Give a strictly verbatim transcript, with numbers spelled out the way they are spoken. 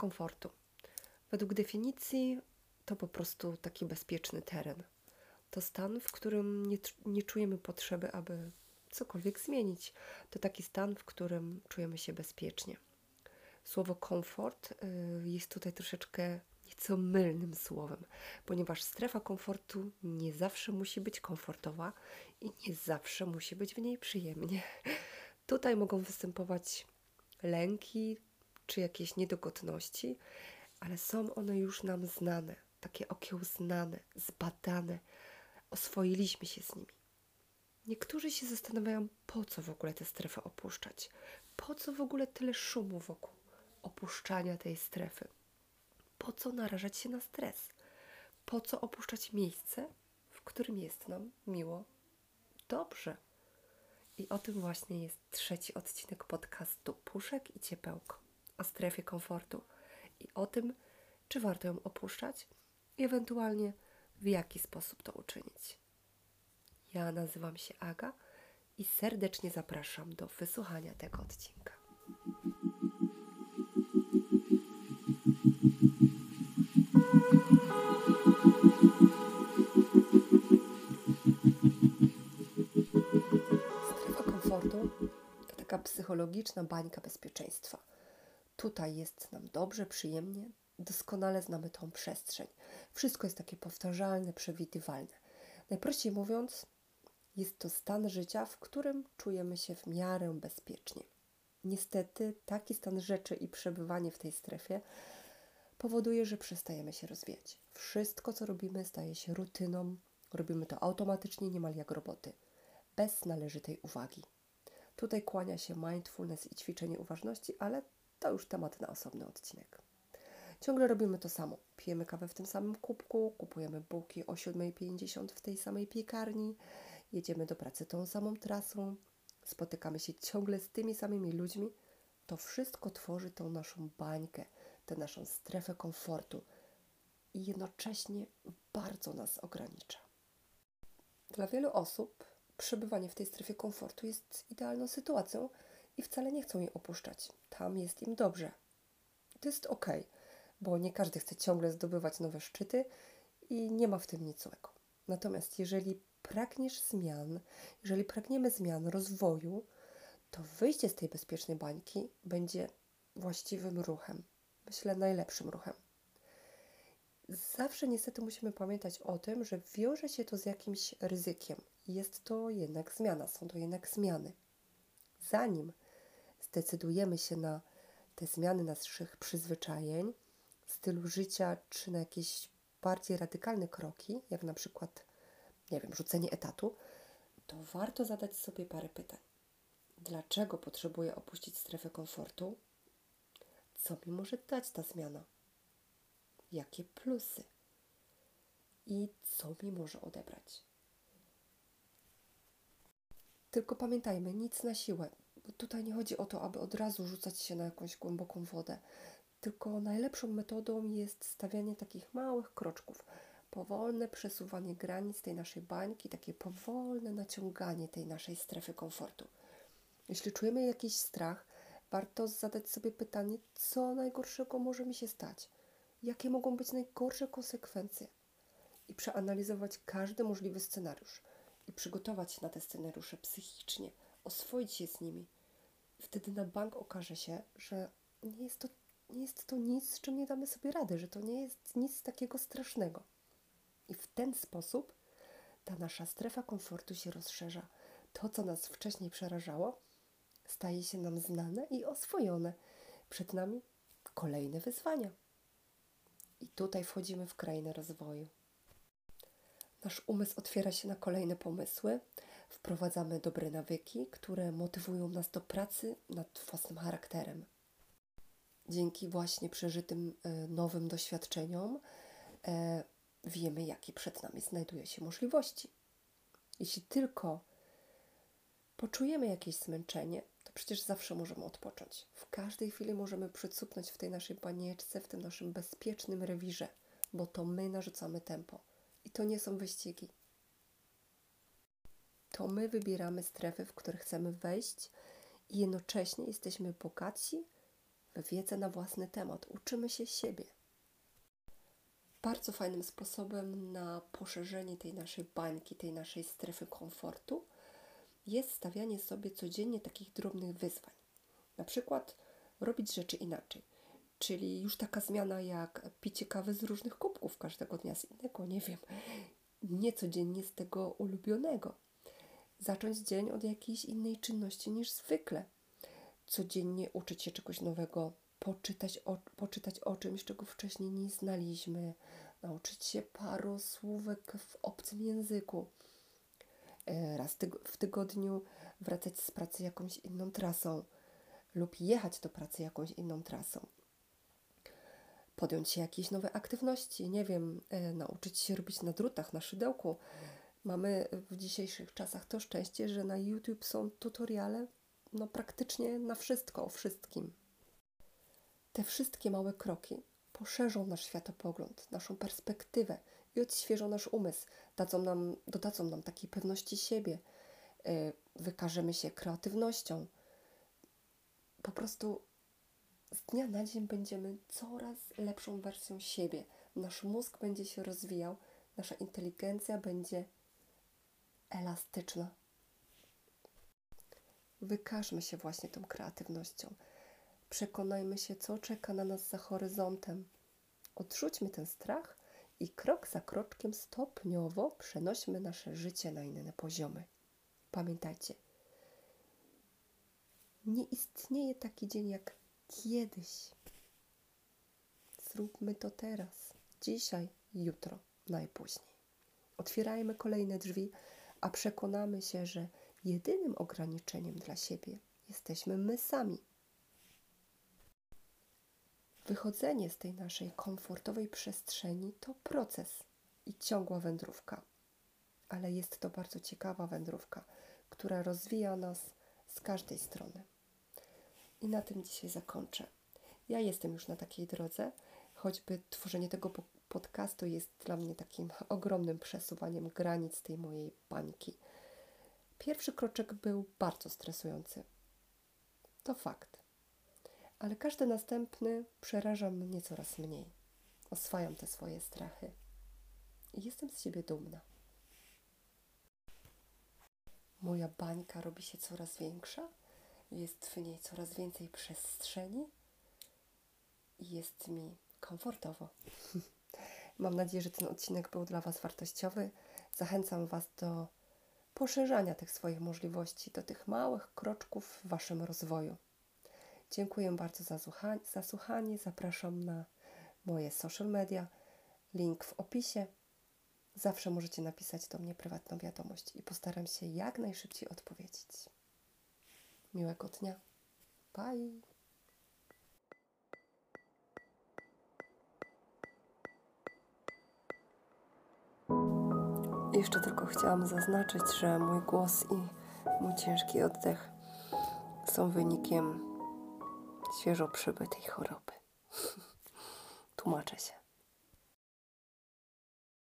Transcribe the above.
komfortu. Według definicji to po prostu taki bezpieczny teren. To stan, w którym nie, nie czujemy potrzeby, aby cokolwiek zmienić. To taki stan, w którym czujemy się bezpiecznie. Słowo komfort y, jest tutaj troszeczkę nieco mylnym słowem, ponieważ strefa komfortu nie zawsze musi być komfortowa i nie zawsze musi być w niej przyjemnie. Tutaj mogą występować lęki czy jakieś niedogodności, ale są one już nam znane, takie okiełznane, zbadane, oswoiliśmy się z nimi. Niektórzy się zastanawiają, po co w ogóle tę strefę opuszczać, po co w ogóle tyle szumu wokół opuszczania tej strefy, po co narażać się na stres, po co opuszczać miejsce, w którym jest nam miło, dobrze. I o tym właśnie jest trzeci odcinek podcastu Puszek i Ciepełko o strefie komfortu i o tym, czy warto ją opuszczać i ewentualnie w jaki sposób to uczynić. Ja nazywam się Aga i serdecznie zapraszam do wysłuchania tego odcinka. Strefa komfortu to taka psychologiczna bańka bezpieczeństwa. Tutaj jest nam dobrze, przyjemnie, doskonale znamy tą przestrzeń. Wszystko jest takie powtarzalne, przewidywalne. Najprościej mówiąc, jest to stan życia, w którym czujemy się w miarę bezpiecznie. Niestety taki stan rzeczy i przebywanie w tej strefie powoduje, że przestajemy się rozwijać. Wszystko, co robimy, staje się rutyną. Robimy to automatycznie, niemal jak roboty, bez należytej uwagi. Tutaj kłania się mindfulness i ćwiczenie uważności, ale to już temat na osobny odcinek. Ciągle robimy to samo. Pijemy kawę w tym samym kubku, kupujemy bułki o siódma pięćdziesiąt w tej samej piekarni, jedziemy do pracy tą samą trasą, spotykamy się ciągle z tymi samymi ludźmi. To wszystko tworzy tą naszą bańkę, tę naszą strefę komfortu i jednocześnie bardzo nas ogranicza. Dla wielu osób przebywanie w tej strefie komfortu jest idealną sytuacją i wcale nie chcą jej opuszczać. Tam jest im dobrze. To jest okej, bo nie każdy chce ciągle zdobywać nowe szczyty i nie ma w tym nic złego. Natomiast jeżeli pragniesz zmian, jeżeli pragniemy zmian, rozwoju, to wyjście z tej bezpiecznej bańki będzie właściwym ruchem. Myślę, najlepszym ruchem. Zawsze niestety musimy pamiętać o tym, że wiąże się to z jakimś ryzykiem. Jest to jednak zmiana, są to jednak zmiany. Zanim zdecydujemy się na te zmiany naszych przyzwyczajeń, stylu życia, czy na jakieś bardziej radykalne kroki, jak na przykład, nie wiem, rzucenie etatu, to warto zadać sobie parę pytań. Dlaczego potrzebuję opuścić strefę komfortu? Co mi może dać ta zmiana? Jakie plusy? I co mi może odebrać? Tylko pamiętajmy, nic na siłę. Bo tutaj nie chodzi o to, aby od razu rzucać się na jakąś głęboką wodę. Tylko najlepszą metodą jest stawianie takich małych kroczków. Powolne przesuwanie granic tej naszej bańki, takie powolne naciąganie tej naszej strefy komfortu. Jeśli czujemy jakiś strach, warto zadać sobie pytanie, co najgorszego może mi się stać? Jakie mogą być najgorsze konsekwencje? I przeanalizować każdy możliwy scenariusz. I przygotować się na te scenariusze psychicznie, oswoić się z nimi. Wtedy na bank okaże się, że nie jest to, nie jest to nic, z czym nie damy sobie rady, że to nie jest nic takiego strasznego. I w ten sposób ta nasza strefa komfortu się rozszerza. To, co nas wcześniej przerażało, staje się nam znane i oswojone. Przed nami kolejne wyzwania. I tutaj wchodzimy w krainę rozwoju. Nasz umysł otwiera się na kolejne pomysły, wprowadzamy dobre nawyki, które motywują nas do pracy nad własnym charakterem. Dzięki właśnie przeżytym e, nowym doświadczeniom e, wiemy, jakie przed nami znajdują się możliwości. Jeśli tylko poczujemy jakieś zmęczenie, to przecież zawsze możemy odpocząć. W każdej chwili możemy przycupnąć w tej naszej banieczce, w tym naszym bezpiecznym rewirze, bo to my narzucamy tempo. I to nie są wyścigi. To my wybieramy strefy, w które chcemy wejść i jednocześnie jesteśmy bogaci w wiedzę na własny temat. Uczymy się siebie. Bardzo fajnym sposobem na poszerzenie tej naszej bańki, tej naszej strefy komfortu jest stawianie sobie codziennie takich drobnych wyzwań. Na przykład robić rzeczy inaczej. Czyli już taka zmiana jak picie kawy z różnych kubków każdego dnia z innego, nie wiem, nie codziennie z tego ulubionego. Zacząć dzień od jakiejś innej czynności niż zwykle. Codziennie uczyć się czegoś nowego, poczytać o, poczytać o czymś, czego wcześniej nie znaliśmy, nauczyć się paru słówek w obcym języku. Raz tyg- w tygodniu wracać z pracy jakąś inną trasą lub jechać do pracy jakąś inną trasą. Podjąć się jakiejś nowej aktywności, nie wiem, e, nauczyć się robić na drutach, na szydełku. Mamy w dzisiejszych czasach to szczęście, że na YouTube są tutoriale no praktycznie na wszystko, o wszystkim. Te wszystkie małe kroki poszerzą nasz światopogląd, naszą perspektywę i odświeżą nasz umysł, dadzą nam, dodadzą nam takiej pewności siebie, e, wykażemy się kreatywnością. Po prostu z dnia na dzień będziemy coraz lepszą wersją siebie. Nasz mózg będzie się rozwijał, nasza inteligencja będzie elastyczna. Wykażmy się właśnie tą kreatywnością. Przekonajmy się, co czeka na nas za horyzontem. Odrzućmy ten strach i krok za kroczkiem stopniowo przenośmy nasze życie na inne poziomy. Pamiętajcie, nie istnieje taki dzień jak kiedyś. Zróbmy to teraz, dzisiaj, jutro, najpóźniej. Otwierajmy kolejne drzwi, a przekonamy się, że jedynym ograniczeniem dla siebie jesteśmy my sami. Wychodzenie z tej naszej komfortowej przestrzeni to proces i ciągła wędrówka. Ale jest to bardzo ciekawa wędrówka, która rozwija nas z każdej strony. I na tym dzisiaj zakończę. Ja jestem już na takiej drodze, choćby tworzenie tego podcastu jest dla mnie takim ogromnym przesuwaniem granic tej mojej bańki. Pierwszy kroczek był bardzo stresujący. To fakt. Ale każdy następny przeraża mnie coraz mniej. Oswajam te swoje strachy. I jestem z siebie dumna. Moja bańka robi się coraz większa. Jest w niej coraz więcej przestrzeni. I jest mi komfortowo. Mam nadzieję, że ten odcinek był dla Was wartościowy. Zachęcam Was do poszerzania tych swoich możliwości, do tych małych kroczków w Waszym rozwoju. Dziękuję bardzo za słuchanie. Za słuchanie. Zapraszam na moje social media. Link w opisie. Zawsze możecie napisać do mnie prywatną wiadomość i postaram się jak najszybciej odpowiedzieć. Miłego dnia. Bye. Jeszcze tylko chciałam zaznaczyć, że mój głos i mój ciężki oddech są wynikiem świeżo przybytej choroby. Tłumaczę się.